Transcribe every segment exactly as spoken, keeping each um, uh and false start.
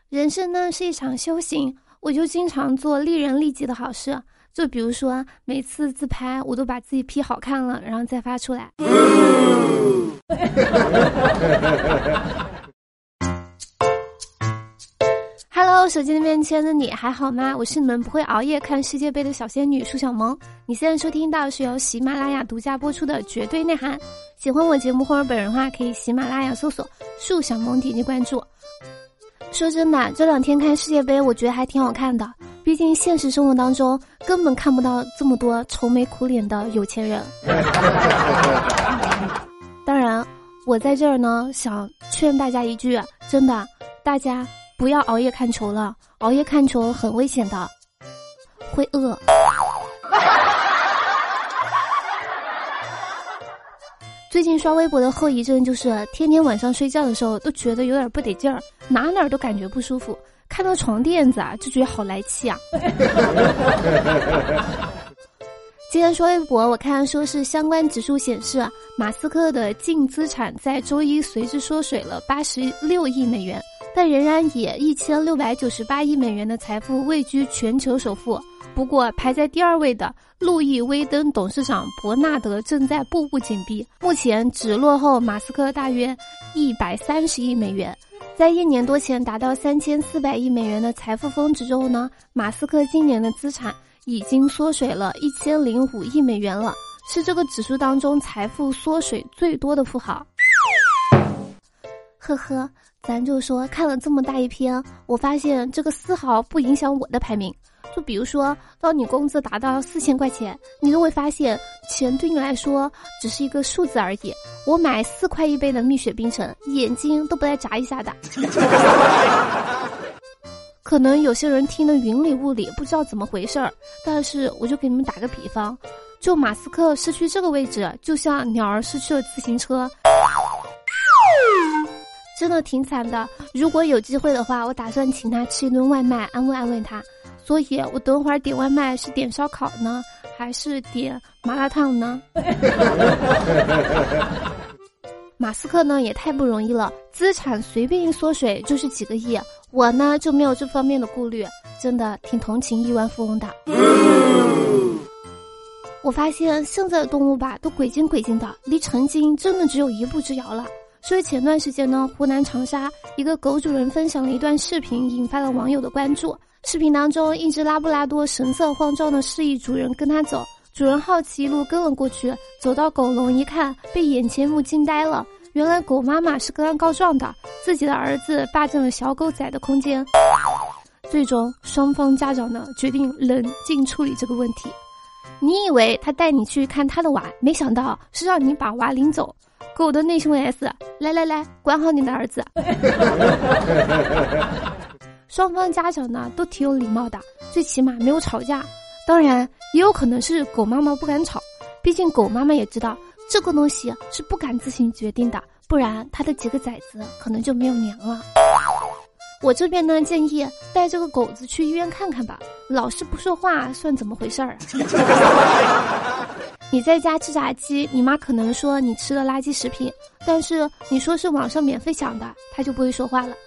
人生呢是一场修行，我就经常做利人利己的好事。就比如说每次自拍我都把自己 P 好看了然后再发出来。Hello， 手机的面前的你还好吗？我是你们不会熬夜看世界杯的小仙女舒小萌。你现在收听到是由喜马拉雅独家播出的绝对内涵。喜欢我节目或者本人的话，可以喜马拉雅搜索舒小萌，点击关注。说真的，这两天看世界杯我觉得还挺好看的，毕竟现实生活当中根本看不到这么多愁眉苦脸的有钱人。当然我在这儿呢想劝大家一句，真的大家不要熬夜看球了，熬夜看球很危险的，会饿。最近刷微博的后遗症就是天天晚上睡觉的时候都觉得有点不得劲儿，哪哪都感觉不舒服，看到床垫子啊就觉得好来气啊。今天刷微博我看说是相关指数显示，马斯克的净资产在周一随之缩水了八十六亿美元，但仍然以一千六百九十八亿美元的财富位居全球首富。不过排在第二位的路易威登董事长伯纳德正在步步紧逼，目前只落后马斯克大约一百三十亿美元。在一年多前达到三千四百亿美元的财富峰值之后呢，马斯克今年的资产已经缩水了一千零五亿美元了，是这个指数当中财富缩水最多的富豪。呵呵，咱就说看了这么大一篇，我发现这个丝毫不影响我的排名。就比如说当你工资达到四千块钱，你就会发现钱对你来说只是一个数字而已。我买四块一杯的蜜雪冰城，眼睛都不带眨一下的。可能有些人听得云里雾里，不知道怎么回事儿，但是我就给你们打个比方，就马斯克失去这个位置，就像鸟儿失去了自行车，真的挺惨的。如果有机会的话，我打算请他吃一顿外卖，安慰安慰他。所以我等会儿点外卖是点烧烤呢，还是点麻辣烫呢？马斯克呢也太不容易了，资产随便一缩水就是几个亿，我呢就没有这方面的顾虑，真的挺同情亿万富翁的。我发现现在的动物吧都鬼精鬼精的，离成精真的只有一步之遥了。所以前段时间呢，湖南长沙一个狗主人分享了一段视频，引发了网友的关注。视频当中，一只拉布拉多神色慌张的示意主人跟他走，主人好奇一路跟了过去，走到狗笼一看，被眼前一幕惊呆了。原来狗妈妈是跟他告状的，自己的儿子霸占了小狗仔的空间。最终双方家长呢决定冷静处理这个问题。你以为他带你去看他的娃，没想到是让你把娃领走。狗的内胸 S， 来来来，管好你的儿子。双方家长呢都挺有礼貌的，最起码没有吵架。当然也有可能是狗妈妈不敢吵，毕竟狗妈妈也知道这个东西是不敢自行决定的，不然她的几个崽子可能就没有娘了。我这边呢建议带这个狗子去医院看看吧，老是不说话算怎么回事儿啊？你在家吃炸鸡，你妈可能说你吃了垃圾食品，但是你说是网上免费抢的，她就不会说话了。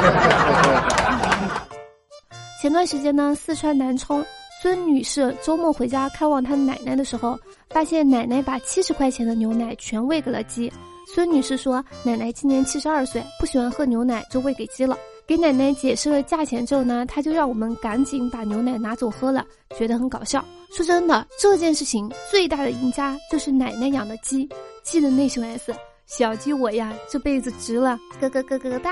前段时间呢，四川南充孙女士周末回家看望她奶奶的时候，发现奶奶把七十块钱的牛奶全喂给了鸡。孙女士说奶奶今年七十二岁，不喜欢喝牛奶，就喂给鸡了。给奶奶解释了价钱之后呢，她就让我们赶紧把牛奶拿走喝了，觉得很搞笑。说真的，这件事情最大的赢家就是奶奶养的鸡，鸡的内胸 S， 小鸡我呀这辈子值了，咯咯咯咯哒。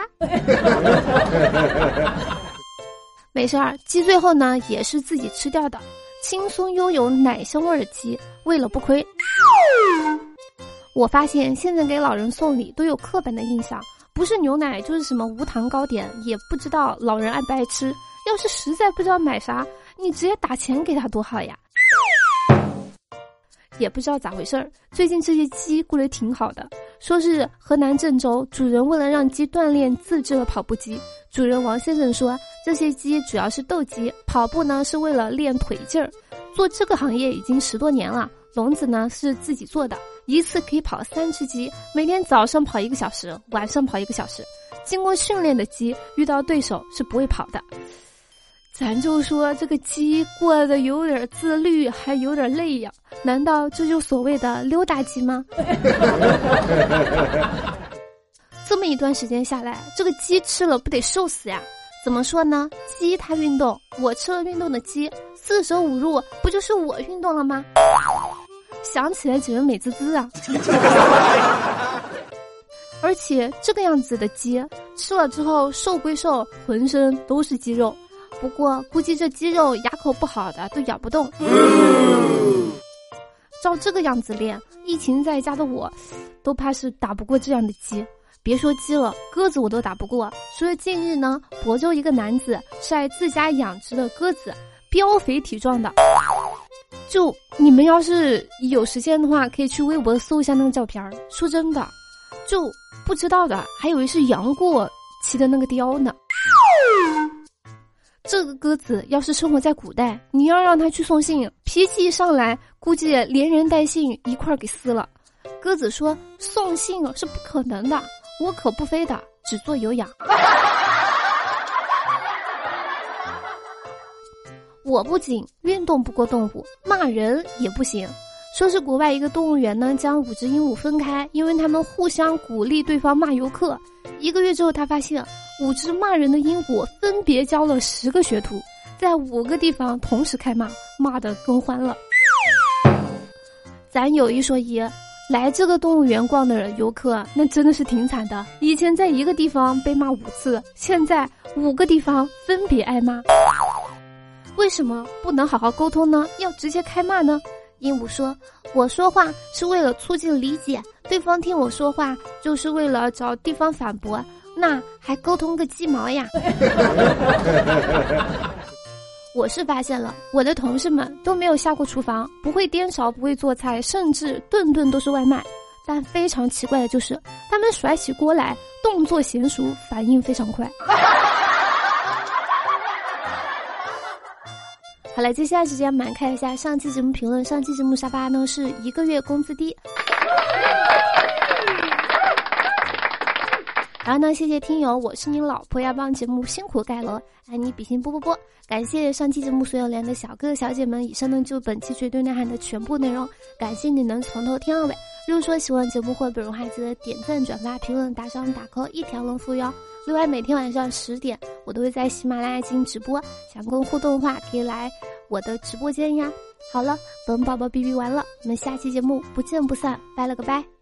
没事儿，鸡最后呢也是自己吃掉的，轻松拥有奶香味的鸡，为了不亏。我发现现在给老人送礼都有刻板的印象，不是牛奶就是什么无糖糕点，也不知道老人爱不爱吃。要是实在不知道买啥，你直接打钱给他多好呀。也不知道咋回事儿，最近这些鸡过得挺好的，说是河南郑州主人为了让鸡锻炼自制了跑步机。主人王先生说，这些鸡主要是斗鸡，跑步呢是为了练腿劲儿。做这个行业已经十多年了， 笼子呢是自己做的，一次可以跑三只鸡，每天早上跑一个小时，晚上跑一个小时。经过训练的鸡遇到对手是不会跑的。咱就说这个鸡过得有点自律，还有点累呀，难道这就所谓的溜达鸡吗？这么一段时间下来，这个鸡吃了不得瘦死呀？怎么说呢？鸡它运动，我吃了运动的鸡，四舍五入不就是我运动了吗？想起来只能美滋滋啊。而且这个样子的鸡吃了之后瘦归瘦，浑身都是肌肉，不过估计这肌肉牙口不好的都咬不动。照这个样子练，疫情在家的我都怕是打不过这样的鸡。别说鸡了，鸽子我都打不过。所以近日呢，亳州一个男子晒自家养殖的鸽子，膘肥体壮的。就你们要是有时间的话，可以去微博搜一下那个照片。说真的，就不知道的还以为是杨过骑的那个雕呢。这个鸽子要是生活在古代，你要让它去送信，脾气一上来，估计连人带信一块儿给撕了。鸽子说送信是不可能的，我可不飞的，只做有氧。我不仅运动不过动物，骂人也不行。说是国外一个动物园呢，将五只鹦鹉分开，因为他们互相鼓励对方骂游客。一个月之后，他发现五只骂人的鹦鹉分别交了十个学徒，在五个地方同时开骂，骂得更欢了。咱有一说一，来这个动物园逛的游客那真的是挺惨的，以前在一个地方被骂五次，现在五个地方分别挨骂。为什么不能好好沟通呢？要直接开骂呢？鹦鹉说，我说话是为了促进理解，对方听我说话就是为了找地方反驳，那还沟通个鸡毛呀。我是发现了，我的同事们都没有下过厨房，不会颠勺，不会做菜，甚至顿顿都是外卖。但非常奇怪的就是，他们甩起锅来动作娴熟，反应非常快。好了，接下来时间我们看一下上期节目评论。上期节目沙发呢是一个月工资低。然后呢，谢谢听友，我是你老婆要帮节目辛苦盖楼，爱你比心啵啵啵。感谢上期节目所有连的小哥哥小姐们，以上呢就本期绝对内涵的全部内容，感谢你能从头听到尾。如果说喜欢节目或本人还记得点赞转发评论打赏打 call 一条龙服务哟。另外每天晚上十点我都会在喜马拉雅进行直播，想跟互动的话可以来我的直播间呀。好了，本宝宝哔哔完了，我们下期节目不见不散，拜了个拜。